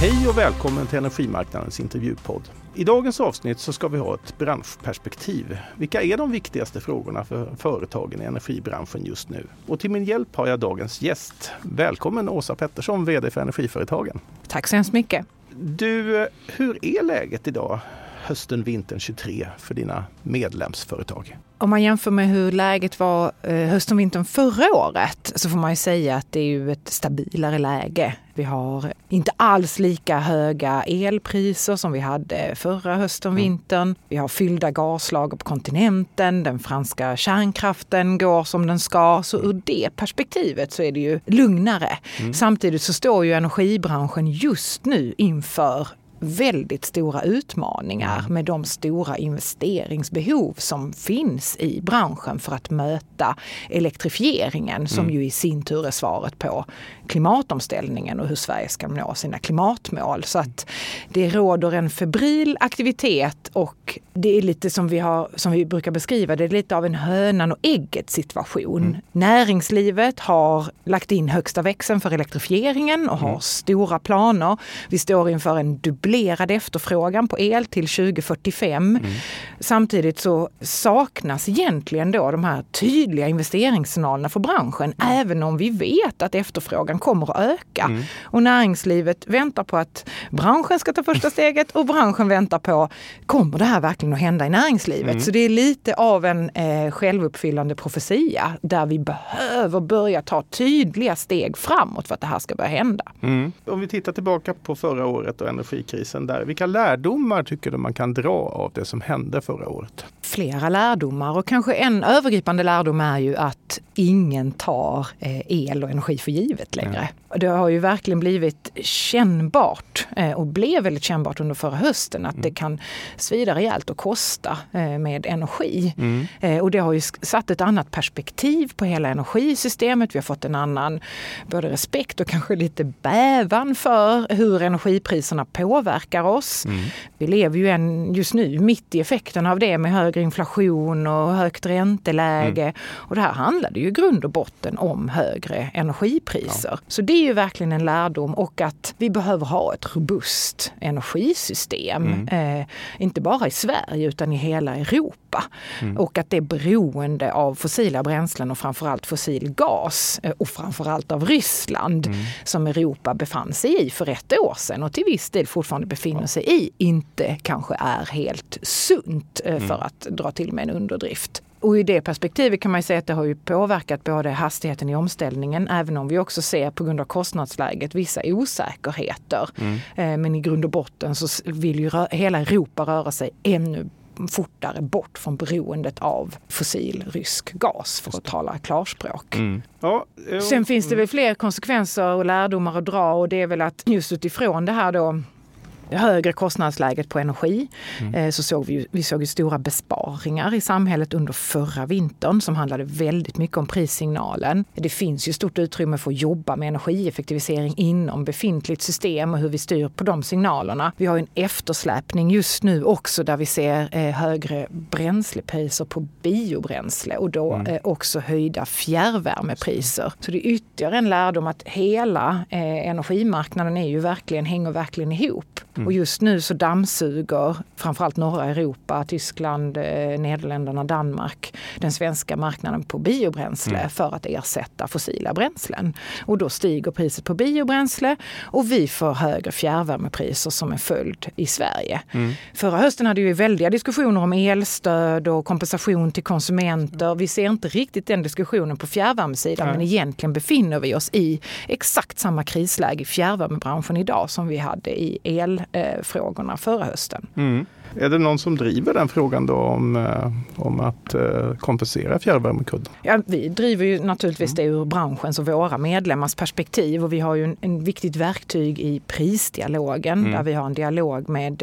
Hej och välkommen till Energimarknadens intervjupodd. I dagens avsnitt så ska vi ha ett branschperspektiv. Vilka är de viktigaste frågorna för företagen i energibranschen just nu? Och till min hjälp har jag dagens gäst. Välkommen Åsa Pettersson, vd för Energiföretagen. Tack så hemskt mycket. Du, hur är läget idag hösten, vintern 23 för dina medlemsföretag? Om man jämför med hur läget var hösten, vintern förra året så får man ju säga att det är ju ett stabilare läge. Vi har inte alls lika höga elpriser som vi hade förra hösten, vintern. Vi har fyllda gaslager på kontinenten. Den franska kärnkraften går som den ska. Så ur det perspektivet så är det ju lugnare. Samtidigt så står ju energibranschen just nu inför väldigt stora utmaningar med de stora investeringsbehov som finns i branschen för att möta elektrifieringen som ju i sin tur är svaret på klimatomställningen och hur Sverige ska nå sina klimatmål. Så att det råder en febril aktivitet och det är lite som vi brukar beskriva, det är lite av en hönan och ägget situation. Näringslivet har lagt in högsta växeln för elektrifieringen och har stora planer. Vi står inför en dubblerad efterfrågan på el till 2045. Samtidigt så saknas egentligen då de här tydliga investeringssignalerna för branschen, även om vi vet att efterfrågan kommer att öka. Och näringslivet väntar på att branschen ska ta första steget och branschen väntar på, kommer det här verkligen att hända i näringslivet? Så det är lite av en självuppfyllande profetia där vi behöver börja ta tydliga steg framåt för att det här ska börja hända. Om vi tittar tillbaka på förra året och energikrisen där, vilka lärdomar tycker du man kan dra av det som hände förra året? Flera lärdomar och kanske en övergripande lärdom är ju att ingen tar el och energi för givet längre. Det har ju verkligen blivit kännbart och blev väldigt kännbart under förra hösten att det kan svida rejält och kosta med energi. Och det har ju satt ett annat perspektiv på hela energisystemet. Vi har fått en annan både respekt och kanske lite bävan för hur energipriserna påverkar oss. Vi lever ju just nu mitt i effekten av det med högre inflation och högt ränteläge. Och det här handlade ju i grund och botten om högre energipriser. Så det är ju verkligen en lärdom och att vi behöver ha ett robust energisystem. Inte bara i Sverige utan i hela Europa. Och att det är beroende av fossila bränslen och framförallt fossil gas och framförallt av Ryssland som Europa befann sig i för 1 år sedan och till viss del fortfarande befinner sig i, inte kanske är helt sunt för att dra till med en underdrift. Och i det perspektivet kan man ju säga att det har ju påverkat både hastigheten i omställningen, även om vi också ser på grund av kostnadsläget vissa osäkerheter. Men i grund och botten så vill ju hela Europa röra sig ännu fortare bort från beroendet av fossil rysk gas för att tala klarspråk. Sen finns det väl fler konsekvenser och lärdomar att dra och det är väl att just utifrån det här då högre kostnadsläget på energi så såg vi såg ju stora besparingar i samhället under förra vintern som handlade väldigt mycket om prissignalen. Det finns ju stort utrymme för att jobba med energieffektivisering inom befintligt system och hur vi styr på de signalerna. Vi har en eftersläpning just nu också där vi ser högre bränslepriser på biobränsle och då också höjda fjärrvärmepriser. Så det är ytterligare en lärdom att hela energimarknaden hänger verkligen ihop. Och just nu så dammsuger framförallt norra Europa, Tyskland, Nederländerna, Danmark, den svenska marknaden på biobränsle för att ersätta fossila bränslen. Och då stiger priset på biobränsle och vi får högre fjärrvärmepriser som en följd i Sverige. Förra hösten hade vi väldiga diskussioner om elstöd och kompensation till konsumenter. Vi ser inte riktigt den diskussionen på fjärrvärmesidan men egentligen befinner vi oss i exakt samma krisläge i fjärrvärmebranschen idag som vi hade i elfrågorna förra hösten. Är det någon som driver den frågan då om att kompensera fjärrvärmekudden? Ja, vi driver ju naturligtvis det ur branschens och våra medlemmars perspektiv och vi har ju en viktigt verktyg i prisdialogen där vi har en dialog med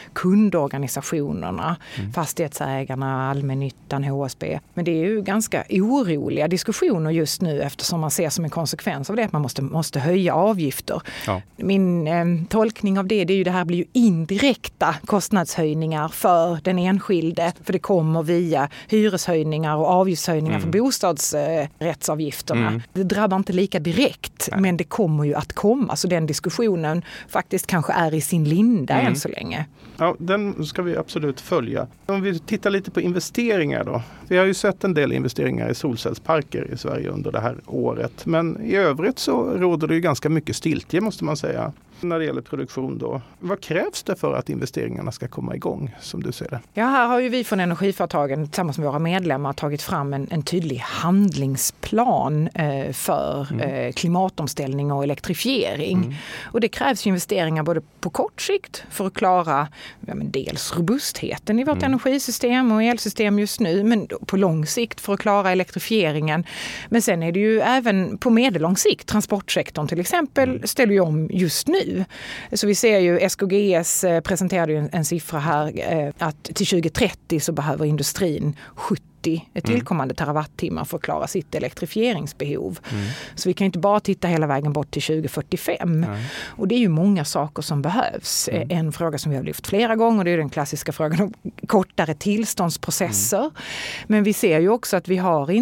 kundorganisationerna, fastighetsägarna, allmännyttan, HSB. Men det är ju ganska oroliga diskussioner just nu eftersom man ser som en konsekvens av det att man måste höja avgifter. Min tolkning av det är ju det här blir ju indirekta kostnadshöjningar hyreshöjningar för den enskilde, för det kommer via hyreshöjningar och avgiftshöjningar för bostadsrättsavgifterna. Det drabbar inte lika direkt, men det kommer ju att komma, så den diskussionen faktiskt kanske är i sin linda än så länge. Ja, den ska vi absolut följa. Om vi tittar lite på investeringar då. Vi har ju sett en del investeringar i solcellsparker i Sverige under det här året. Men i övrigt så råder det ju ganska mycket stiltje, måste man säga. När det gäller produktion då. Vad krävs det för att investeringarna ska komma igång, som du ser det? Ja, här har ju vi från energiföretagen tillsammans med våra medlemmar tagit fram en tydlig handlingsplan för klimatomställning och elektrifiering. Och det krävs investeringar både på kort sikt för att klara dels robustheten i vårt energisystem och elsystem just nu, men på lång sikt för att klara elektrifieringen. Men sen är det ju även på medellång sikt, transportsektorn till exempel ställer ju om just nu. Så vi ser ju, SKGS presenterade ju en siffra här att till 2030 så behöver industrin 70 tillkommande terawattimmar för att klara sitt elektrifieringsbehov. Så vi kan inte bara titta hela vägen bort till 2045. Och det är ju många saker som behövs. En fråga som vi har lyft flera gånger, det är den klassiska frågan om kortare tillståndsprocesser. Men vi ser ju också att vi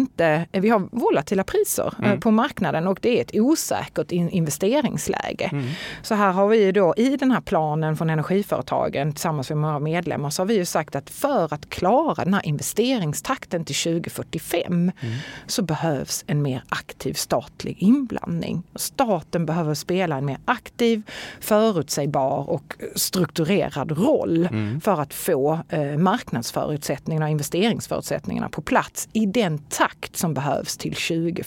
har volatila priser på marknaden, och det är ett osäkert investeringsläge. Så här har vi då i den här planen från energiföretagen tillsammans med våra medlemmar, så har vi ju sagt att för att klara den här investeringstakten till 2045 så behövs en mer aktiv statlig inblandning. Staten behöver spela en mer aktiv, förutsägbar och strukturerad roll för att få marknadsförutsättningarna och investeringsförutsättningarna på plats i den takt som behövs till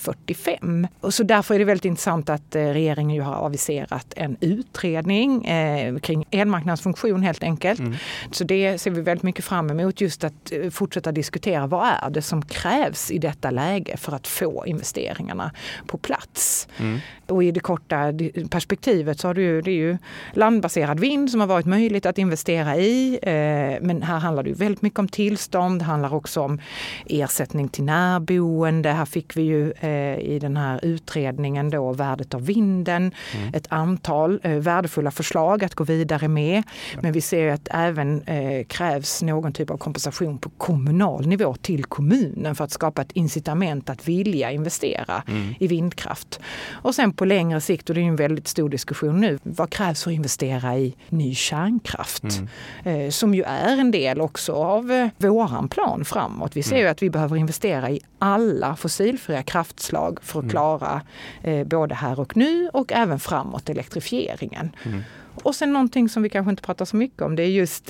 2045. Och så därför är det väldigt intressant att regeringen ju har aviserat en utredning kring elmarknadsfunktion helt enkelt. Så det ser vi väldigt mycket fram emot, just att fortsätta diskutera vad är det som krävs i detta läge för att få investeringarna på plats. Och i det korta perspektivet så har det är ju landbaserad vind som har varit möjligt att investera i. Men här handlar det ju väldigt mycket om tillstånd. Det handlar också om ersättning till närboende. Här fick vi ju i den här utredningen då värdet av vinden. Ett antal värdefulla förslag att gå vidare med. Men vi ser att även krävs någon typ av kompensation på kommunal nivå till kommunen för att skapa ett incitament att vilja investera i vindkraft. Och sen på längre sikt, och det är en väldigt stor diskussion nu, vad krävs för att investera i ny kärnkraft? Som ju är en del också av våran plan framåt. Vi ser ju att vi behöver investera i alla fossilfria kraftslag för att klara både här och nu och även framåt elektrifieringen. Och sen någonting som vi kanske inte pratar så mycket om, det är just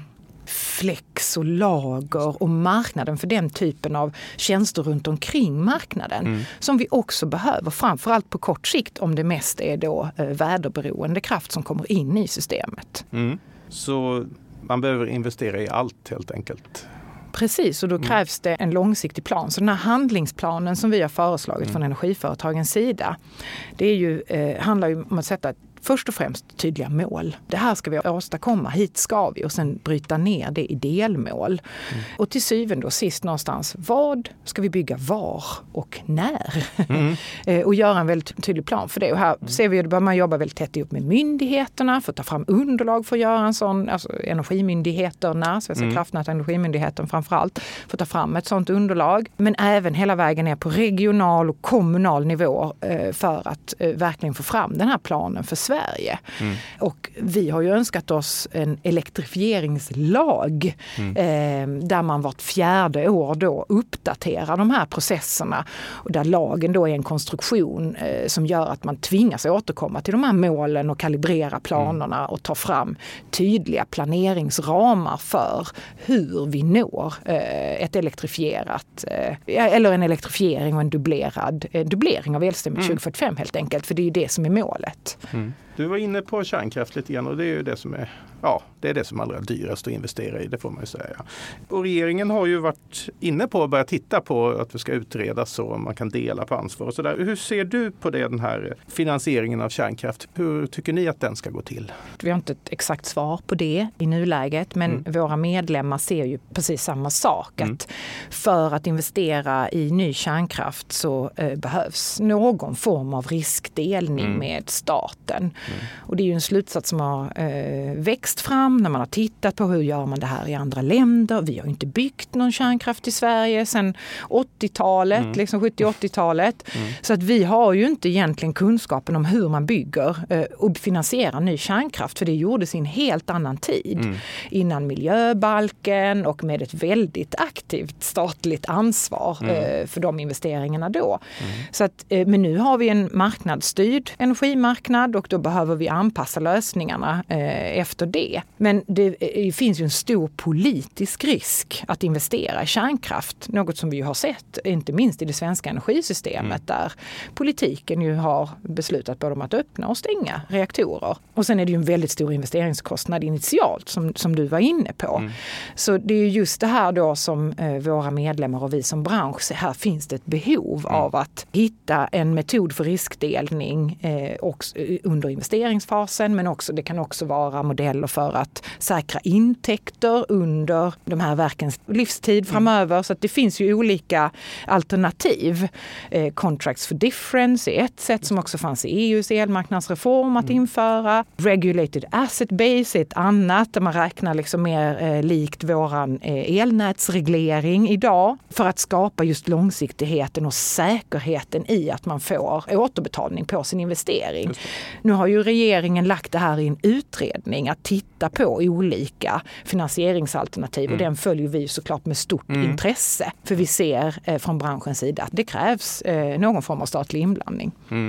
flex och lager och marknaden för den typen av tjänster runt omkring marknaden som vi också behöver, framförallt på kort sikt om det mest är då väderberoende kraft som kommer in i systemet. Så man behöver investera i allt helt enkelt? Precis, och då krävs det en långsiktig plan. Så den här handlingsplanen som vi har föreslagit från energiföretagens sida, det är ju, handlar ju om att sätta först och främst tydliga mål. Det här ska vi åstadkomma, hit ska vi, och sen bryta ner det i delmål. Och till syvende och sist någonstans, vad ska vi bygga var och när? Och göra en väldigt tydlig plan för det. Och här ser vi att man jobbar väldigt tätt ihop med myndigheterna för att ta fram underlag för att göra en sån, alltså energimyndigheterna, Svenska kraftnät och Energimyndigheten framförallt, för att ta fram ett sånt underlag. Men även hela vägen ner på regional och kommunal nivå för att verkligen få fram den här planen för Sverige. Och vi har ju önskat oss en elektrifieringslag där man vart 4:e år då uppdaterar de här processerna, och där lagen då är en konstruktion som gör att man tvingas återkomma till de här målen och kalibrera planerna och ta fram tydliga planeringsramar för hur vi når ett elektrifierat eller en elektrifiering och en dubblering av elsystemet 2045 helt enkelt, för det är ju det som är målet. Du var inne på kärnkraft lite grann, och det är ju det som är, det är det som är allra dyrast att investera i, det får man ju säga. Och regeringen har ju varit inne på att börja titta på att det ska utredas så man kan dela på ansvar och sådär. Hur ser du på det, den här finansieringen av kärnkraft? Hur tycker ni att den ska gå till? Vi har inte ett exakt svar på det i nuläget, men våra medlemmar ser ju precis samma sak. Att för att investera i ny kärnkraft så behövs någon form av riskdelning med staten. Och det är ju en slutsats som har växt växt fram, när man har tittat på hur gör man det här i andra länder. Vi har ju inte byggt någon kärnkraft i Sverige sedan 80-talet, liksom 70-80-talet. Så att vi har ju inte egentligen kunskapen om hur man bygger och finansierar ny kärnkraft, för det gjordes i en helt annan tid. Innan miljöbalken och med ett väldigt aktivt statligt ansvar för de investeringarna då. Så att, men nu har vi en marknadsstyrd energimarknad och då behöver vi anpassa lösningarna efter det. Men det finns ju en stor politisk risk att investera i kärnkraft. Något som vi ju har sett, inte minst i det svenska energisystemet, där politiken ju har beslutat både om att öppna och stänga reaktorer. Och sen är det ju en väldigt stor investeringskostnad initialt som du var inne på. Så det är ju just det här då som våra medlemmar och vi som bransch, här finns det ett behov av att hitta en metod för riskdelning också under investeringsfasen, men också, det kan också vara modeller för att säkra intäkter under de här verkens livstid framöver. Så att det finns ju olika alternativ. Contracts for difference är ett sätt som också fanns i EUs elmarknadsreform att införa. Regulated asset base är ett annat, där man räknar liksom mer likt våran elnätsreglering idag, för att skapa just långsiktigheten och säkerheten i att man får återbetalning på sin investering. Nu har ju regeringen lagt det här i en utredning att titta på olika finansieringsalternativ och den följer vi såklart med stort intresse, för vi ser från branschens sida att det krävs någon form av statlig inblandning.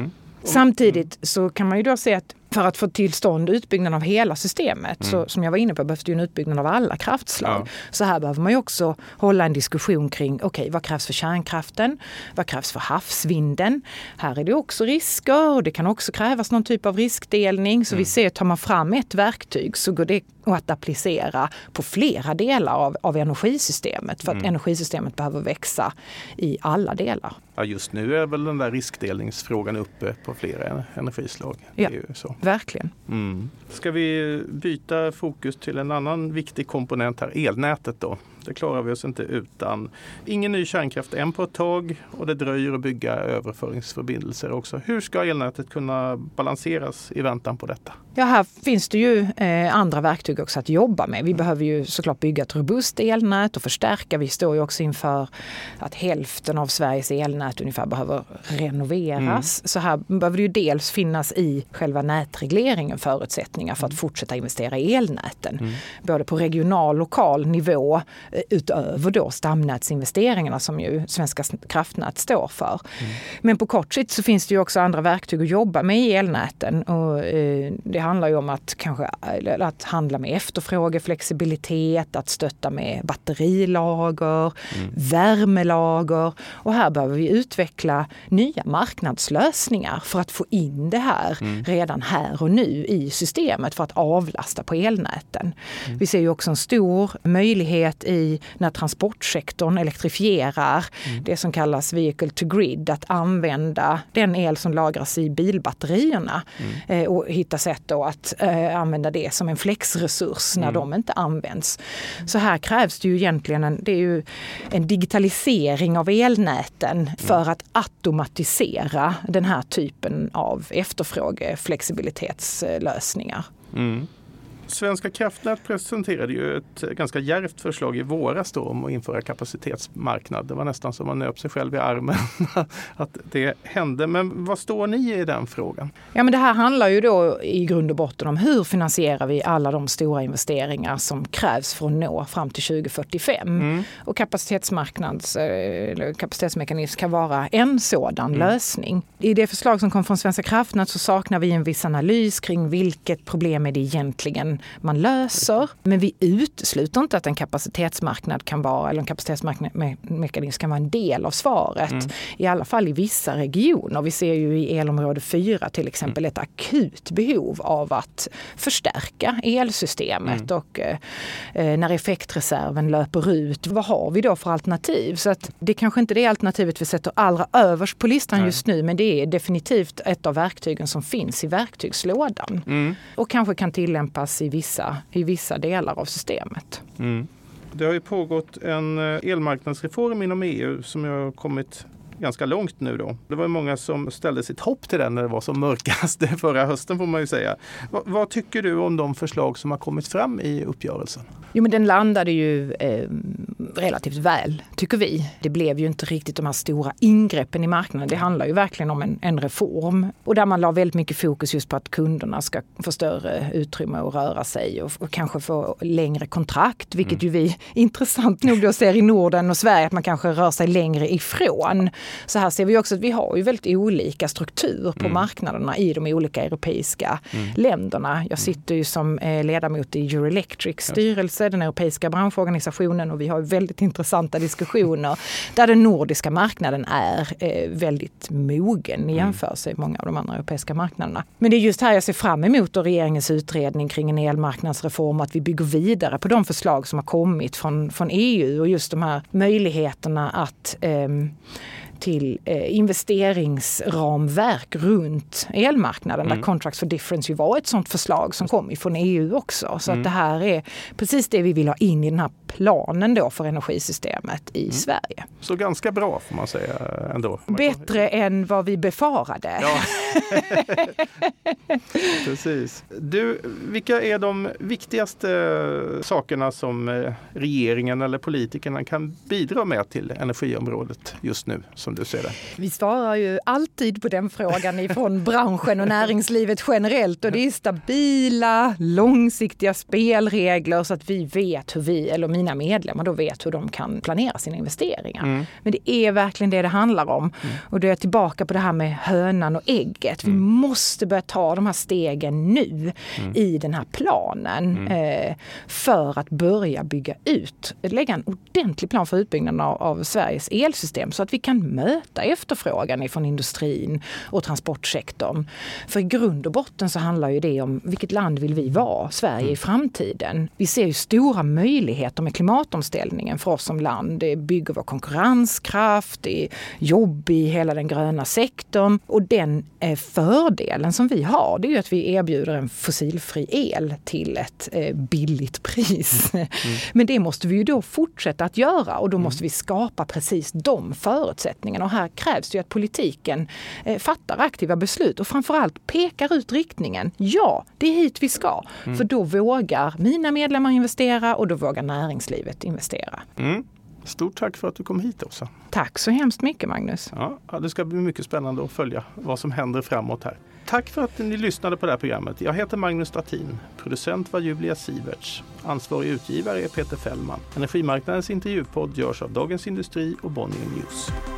Samtidigt så kan man ju då se att för att få till stånd utbyggnad av hela systemet, så som jag var inne på, behövs det ju en utbyggnad av alla kraftslag. Så här behöver man ju också hålla en diskussion kring, vad krävs för kärnkraften? Vad krävs för havsvinden? Här är det också risker och det kan också krävas någon typ av riskdelning. Så vi ser, tar man fram ett verktyg så går det att applicera på flera delar av energisystemet, för att energisystemet behöver växa i alla delar. Ja, just nu är väl den där riskdelningsfrågan uppe på flera energislag. Ja, det är ju så. Verkligen. Ska vi byta fokus till en annan viktig komponent här, elnätet då? Det klarar vi oss inte utan. Ingen ny kärnkraft än på ett tag och det dröjer att bygga överföringsförbindelser också. Hur ska elnätet kunna balanseras i väntan på detta? Ja, här finns det ju andra verktyg också att jobba med. Vi behöver ju såklart bygga ett robust elnät och förstärka. Vi står ju också inför att hälften av Sveriges elnät ungefär behöver renoveras. Så här behöver det ju dels finnas i själva nätregleringen förutsättningar för att fortsätta investera i elnäten. Både på regional, lokal nivå, utöver då stamnätsinvesteringarna som ju Svenska kraftnät står för. Men på kort sikt så finns det ju också andra verktyg att jobba med i elnäten, och det handlar ju om att handla med efterfrågeflexibilitet, att stötta med batterilager, värmelager, och här behöver vi utveckla nya marknadslösningar för att få in det här redan här och nu i systemet för att avlasta på elnäten. Vi ser ju också en stor möjlighet i när transportsektorn elektrifierar det som kallas vehicle to grid, att använda den el som lagras i bilbatterierna och hitta sätt då att använda det som en flexresurs när de inte används. Så här krävs det ju egentligen en digitalisering av elnäten för att automatisera den här typen av efterfrågeflexibilitetslösningar. Svenska kraftnät presenterade ju ett ganska djärvt förslag i våras då om att införa kapacitetsmarknad. Det var nästan som man nöp sig själv i armen att det hände. Men vad står ni i den frågan? Ja, men det här handlar ju då i grund och botten om hur finansierar vi alla de stora investeringar som krävs för att nå fram till 2045. Och kapacitetsmekanism kan vara en sådan lösning. I det förslag som kom från Svenska kraftnät så saknar vi en viss analys kring vilket problem är det egentligen man löser. Men vi utesluter inte att en kapacitetsmarknad kan vara, eller en kapacitetsmekanism kan vara en del av svaret. I alla fall i vissa regioner. Vi ser ju i elområde 4 till exempel ett akut behov av att förstärka elsystemet och när effektreserven löper ut, vad har vi då för alternativ? Så att det kanske inte är det alternativet vi sätter allra överst på listan just nu, men det är definitivt ett av verktygen som finns i verktygslådan och kanske kan tillämpas i vissa delar av systemet. Det har ju pågått en elmarknadsreform inom EU som har kommit ganska långt nu då. Det var många som ställde sitt hopp till den när det var som mörkast förra hösten får man ju säga. Vad tycker du om de förslag som har kommit fram i uppgörelsen? Jo, men den landade ju relativt väl, tycker vi. Det blev ju inte riktigt de här stora ingreppen i marknaden. Det handlar ju verkligen om en reform. Och där man la väldigt mycket fokus just på att kunderna ska få större utrymme att röra sig och kanske få längre kontrakt. Vilket ju vi, intressant nog då, ser i Norden och Sverige, att man kanske rör sig längre ifrån. Så här ser vi också att vi har ju väldigt olika struktur på marknaderna i de olika europeiska länderna. Jag sitter ju som ledamot i Eurelectrics styrelse, den europeiska branschorganisationen, och vi har väldigt intressanta diskussioner där den nordiska marknaden är väldigt mogen i jämförelse med många av de andra europeiska marknaderna. Men det är just här jag ser fram emot regeringens utredning kring en elmarknadsreform, att vi bygger vidare på de förslag som har kommit från EU och just de här möjligheterna att till investeringsramverk runt elmarknaden där Contracts for Difference ju var ett sådant förslag som kom ifrån EU också. Så att det här är precis det vi vill ha in i den här planen då för energisystemet i Sverige. Så ganska bra får man säga ändå. Bättre än vad vi befarade. Ja. Precis. Du, vilka är de viktigaste sakerna som regeringen eller politikerna kan bidra med till energiområdet just nu, som du ser det? Vi svarar ju alltid på den frågan ifrån branschen och näringslivet generellt, och det är stabila, långsiktiga spelregler så att vi vet hur vi, eller mina medlemmar då, vet hur de kan planera sina investeringar. Men det är verkligen det handlar om. Och då är jag tillbaka på det här med hönan och ägget. Vi måste börja ta de här stegen nu i den här planen för att börja bygga ut, lägga en ordentlig plan för utbyggnaden av Sveriges elsystem så att vi kan möta efterfrågan ifrån industrin och transportsektorn. För i grund och botten så handlar ju det om vilket land vill vi vara, Sverige i framtiden. Vi ser ju stora möjligheter med klimatomställningen för oss som land. Det bygger vår konkurrenskraft, det är jobb i hela den gröna sektorn, och den fördelen som vi har, det är ju att vi erbjuder en fossilfri el till ett billigt pris. Men det måste vi ju då fortsätta att göra, och då måste vi skapa precis de förutsättningarna, och här krävs det ju att politiken fattar aktiva beslut och framförallt pekar ut riktningen. Ja, det är hit vi ska. För då vågar mina medlemmar investera och då vågar näringslivet investera. Stort tack för att du kom hit också. Tack så hemskt mycket, Magnus. Ja, det ska bli mycket spännande att följa vad som händer framåt här. Tack för att ni lyssnade på det här programmet. Jag heter Magnus Stattin. Producent var Julia Siverts. Ansvarig utgivare är Peter Fällman. Energimarknadens intervjupodd görs av Dagens Industri och Bonnier News.